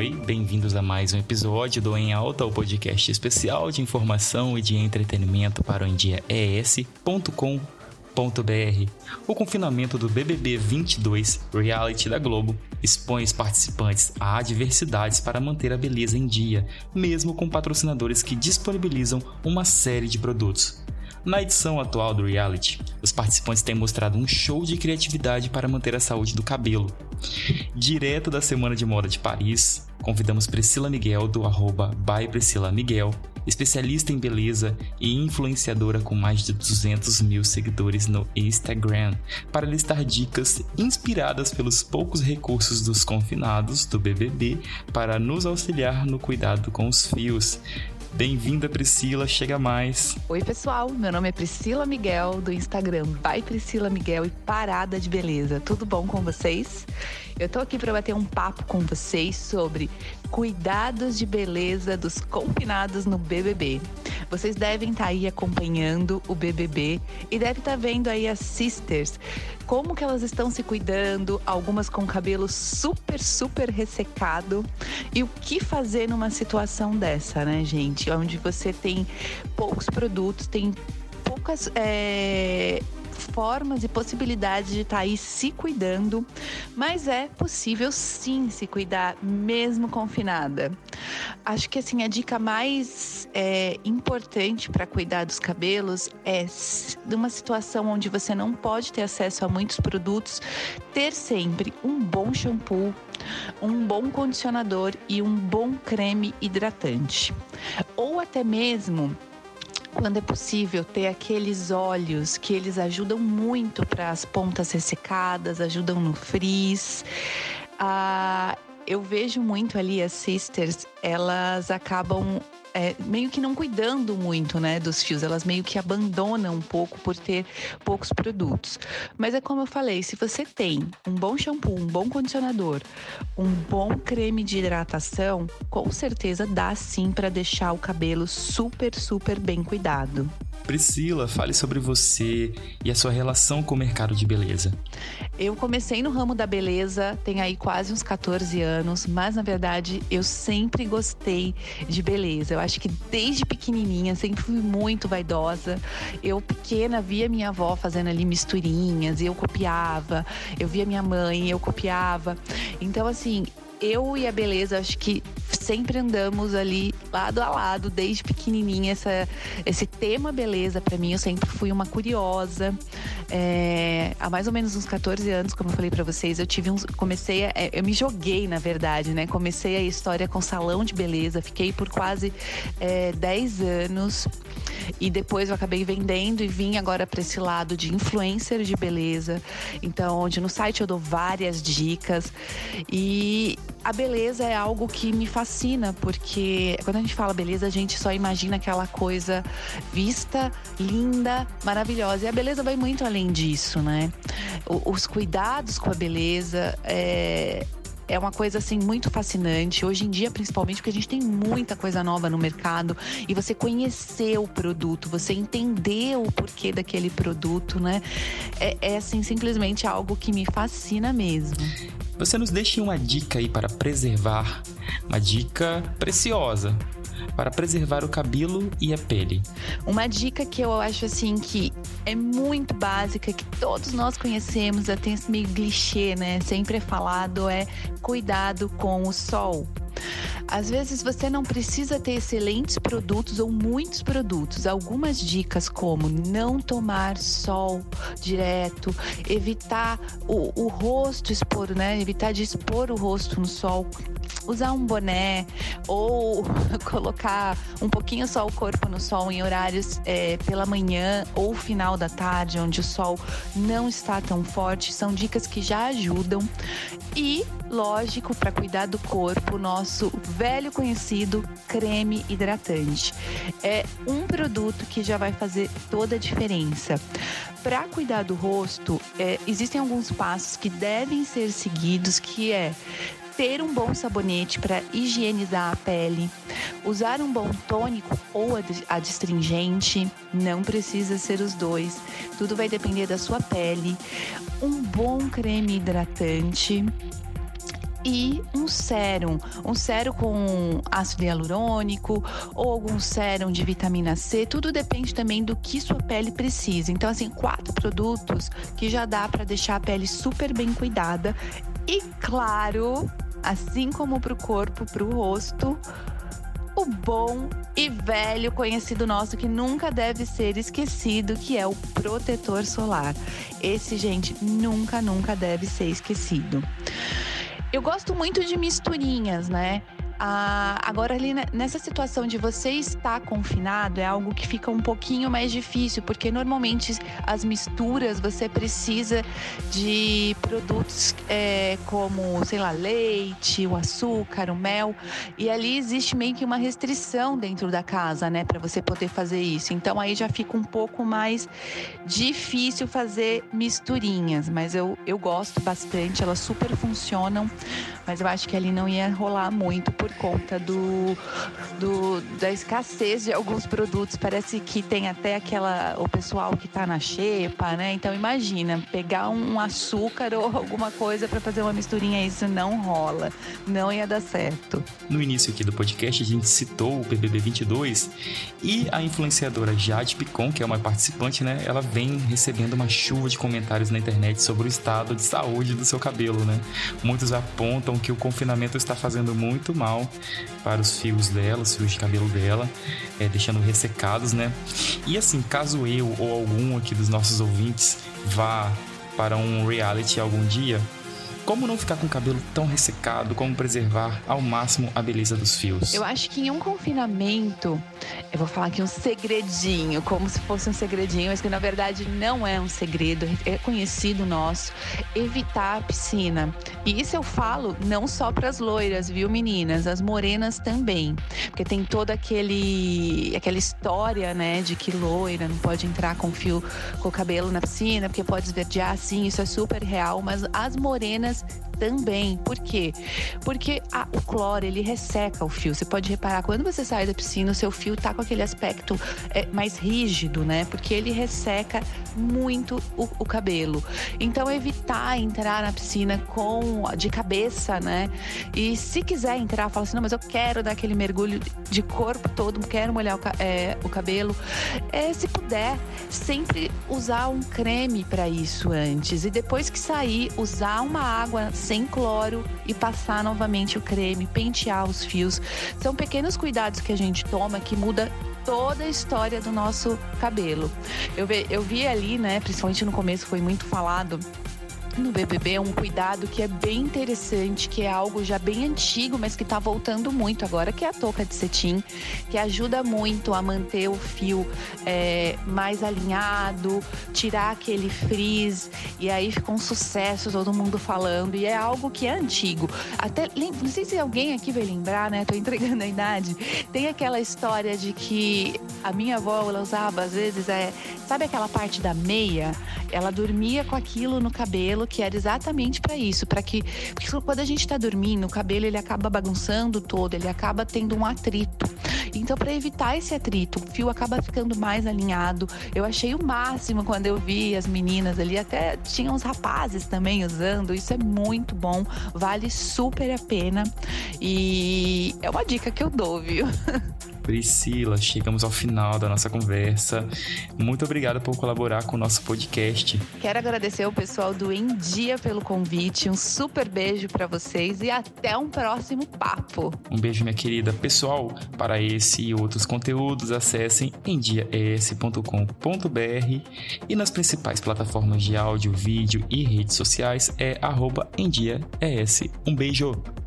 Oi, bem-vindos a mais um episódio do Em Alta, o podcast especial de informação e de entretenimento para o endiaes.com.br. O confinamento do BBB 22, reality da Globo, expõe os participantes a adversidades para manter a beleza em dia, mesmo com patrocinadores que disponibilizam uma série de produtos. Na edição atual do reality, os participantes têm mostrado um show de criatividade para manter a saúde do cabelo. Direto da Semana de Moda de Paris, convidamos Priscila Miguel do @byPriscilaMiguel, especialista em beleza e influenciadora com mais de 200 mil seguidores no Instagram, para listar dicas inspiradas pelos poucos recursos dos confinados do BBB para nos auxiliar no cuidado com os fios. Bem-vinda, Priscila, chega mais. Oi, pessoal, meu nome é Priscila Miguel, do Instagram By Priscila Miguel e Parada de Beleza. Tudo bom com vocês? Eu tô aqui para bater um papo com vocês sobre cuidados de beleza dos confinados no BBB. Vocês devem estar aí acompanhando o BBB e devem estar vendo aí as sisters, como que elas estão se cuidando, algumas com cabelo super ressecado. E o que fazer numa situação dessa, né, gente? Onde você tem poucos produtos, tem poucas formas e possibilidades de estar aí se cuidando, mas é possível sim se cuidar mesmo confinada. Acho que assim, a dica mais importante para cuidar dos cabelos é, de uma situação onde você não pode ter acesso a muitos produtos, ter sempre um bom shampoo, um bom condicionador e um bom creme hidratante. Ou até mesmo, quando é possível, ter aqueles óleos que eles ajudam muito para as pontas ressecadas, ajudam no frizz. Eu vejo muito ali as sisters, elas acabam meio que não cuidando muito, né, dos fios. Elas meio que abandonam um pouco por ter poucos produtos. Mas é como eu falei, se você tem um bom shampoo, um bom condicionador, um bom creme de hidratação, com certeza dá sim para deixar o cabelo super bem cuidado. Priscila, fale sobre você e a sua relação com o mercado de beleza. Eu comecei no ramo da beleza, tem aí quase uns 14 anos, mas na verdade eu sempre gostei de beleza. Eu acho que desde pequenininha sempre fui muito vaidosa. Eu pequena via minha avó fazendo ali misturinhas e eu copiava. Eu via minha mãe e eu copiava. Então assim, eu e a beleza, acho que sempre andamos ali lado a lado, desde pequenininha. Esse tema beleza, pra mim, eu sempre fui uma curiosa. Há mais ou menos uns 14 anos, como eu falei pra vocês, eu me joguei, na verdade, né? Comecei a história com salão de beleza, fiquei por quase 10 anos. E depois eu acabei vendendo e vim agora para esse lado de influencer de beleza. Então, onde no site eu dou várias dicas. E a beleza é algo que me fascina, porque quando a gente fala beleza, a gente só imagina aquela coisa vista, linda, maravilhosa. E a beleza vai muito além disso, né? Os cuidados com a beleza é uma coisa assim muito fascinante, hoje em dia principalmente porque a gente tem muita coisa nova no mercado e você conhecer o produto, você entender o porquê daquele produto, né? É assim, simplesmente algo que me fascina mesmo. Você nos deixa uma dica aí para preservar, uma dica preciosa, para preservar o cabelo e a pele. Uma dica que eu acho assim que é muito básica, que todos nós conhecemos, até esse meio clichê, né? Sempre é falado, cuidado com o sol. Às vezes você não precisa ter excelentes produtos ou muitos produtos. Algumas dicas como não tomar sol direto, evitar o rosto expor, né? Evitar de expor o rosto no sol, usar um boné ou colocar um pouquinho só o corpo no sol em horários pela manhã ou final da tarde, onde o sol não está tão forte. São dicas que já ajudam. E, lógico, para cuidar do corpo, nosso velho conhecido creme hidratante. É um produto que já vai fazer toda a diferença. Para cuidar do rosto, existem alguns passos que devem ser seguidos, que é ter um bom sabonete para higienizar a pele, usar um bom tônico ou adstringente, não precisa ser os dois, tudo vai depender da sua pele, um bom creme hidratante e um sérum com ácido hialurônico ou algum sérum de vitamina C, tudo depende também do que sua pele precisa. Então, assim, 4 produtos que já dá para deixar a pele super bem cuidada. E claro, assim como para o corpo, para o rosto, o bom e velho conhecido nosso que nunca deve ser esquecido, que é o protetor solar. Esse, gente, nunca deve ser esquecido. Eu gosto muito de misturinhas, né? Agora, ali nessa situação de você estar confinado, é algo que fica um pouquinho mais difícil, porque normalmente as misturas você precisa de produtos como, sei lá, leite, o açúcar, o mel, e ali existe meio que uma restrição dentro da casa, né, para você poder fazer isso. Então aí já fica um pouco mais difícil fazer misturinhas, mas eu gosto bastante, elas super funcionam, mas eu acho que ali não ia rolar muito por conta da escassez de alguns produtos. Parece que tem até o pessoal que tá na xepa, né? Então imagina, pegar um açúcar ou alguma coisa para fazer uma misturinha, isso não rola, não ia dar certo. No início aqui do podcast a gente citou o BBB 22 e a influenciadora Jade Picon, que é uma participante, né? Ela vem recebendo uma chuva de comentários na internet sobre o estado de saúde do seu cabelo, né? Muitos apontam que o confinamento está fazendo muito mal para os fios dela, os fios de cabelo dela, deixando ressecados, né? E assim, caso eu ou algum aqui dos nossos ouvintes vá para um reality algum dia, como não ficar com o cabelo tão ressecado? Como preservar ao máximo a beleza dos fios? Eu acho que em um confinamento, eu vou falar aqui um segredinho, como se fosse um segredinho, mas que na verdade não é um segredo, é conhecido nosso, evitar a piscina. E isso eu falo não só para as loiras, viu, meninas? As morenas também. Porque tem toda aquela história, né, de que loira não pode entrar com o cabelo na piscina, porque pode esverdear. Sim, isso é super real, mas as morenas também. Por quê? Porque o cloro, ele resseca o fio. Você pode reparar, quando você sai da piscina, o seu fio tá com aquele aspecto mais rígido, né? Porque ele resseca muito o cabelo. Então, evitar entrar na piscina de cabeça, né? E se quiser entrar, fala assim, não, mas eu quero dar aquele mergulho de corpo todo, quero molhar o cabelo. Se puder, sempre usar um creme para isso antes. E depois que sair, usar uma água sem cloro e passar novamente o creme, pentear os fios. São pequenos cuidados que a gente toma que muda toda a história do nosso cabelo. Eu vi ali, né, principalmente no começo foi muito falado no BBB, um cuidado que é bem interessante, que é algo já bem antigo, mas que está voltando muito agora, que é a touca de cetim, que ajuda muito a manter o fio mais alinhado, tirar aquele frizz, e aí fica um sucesso, todo mundo falando, e é algo que é antigo. Até, não sei se alguém aqui vai lembrar, né, tô entregando a idade, tem aquela história de que a minha avó, ela usava às vezes, sabe aquela parte da meia? Ela dormia com aquilo no cabelo, que era exatamente para isso, porque quando a gente está dormindo, o cabelo ele acaba bagunçando todo, ele acaba tendo um atrito. Então, para evitar esse atrito, o fio acaba ficando mais alinhado. Eu achei o máximo quando eu vi as meninas ali, até tinha uns rapazes também usando. Isso é muito bom, vale super a pena e é uma dica que eu dou, viu? Priscila, chegamos ao final da nossa conversa. Muito obrigado por colaborar com o nosso podcast. Quero agradecer ao pessoal do Em Dia pelo convite. Um super beijo para vocês e até um próximo papo. Um beijo, minha querida. Pessoal, para esse e outros conteúdos, acessem endiaes.com.br e nas principais plataformas de áudio, vídeo e redes sociais @endiaes. Um beijo!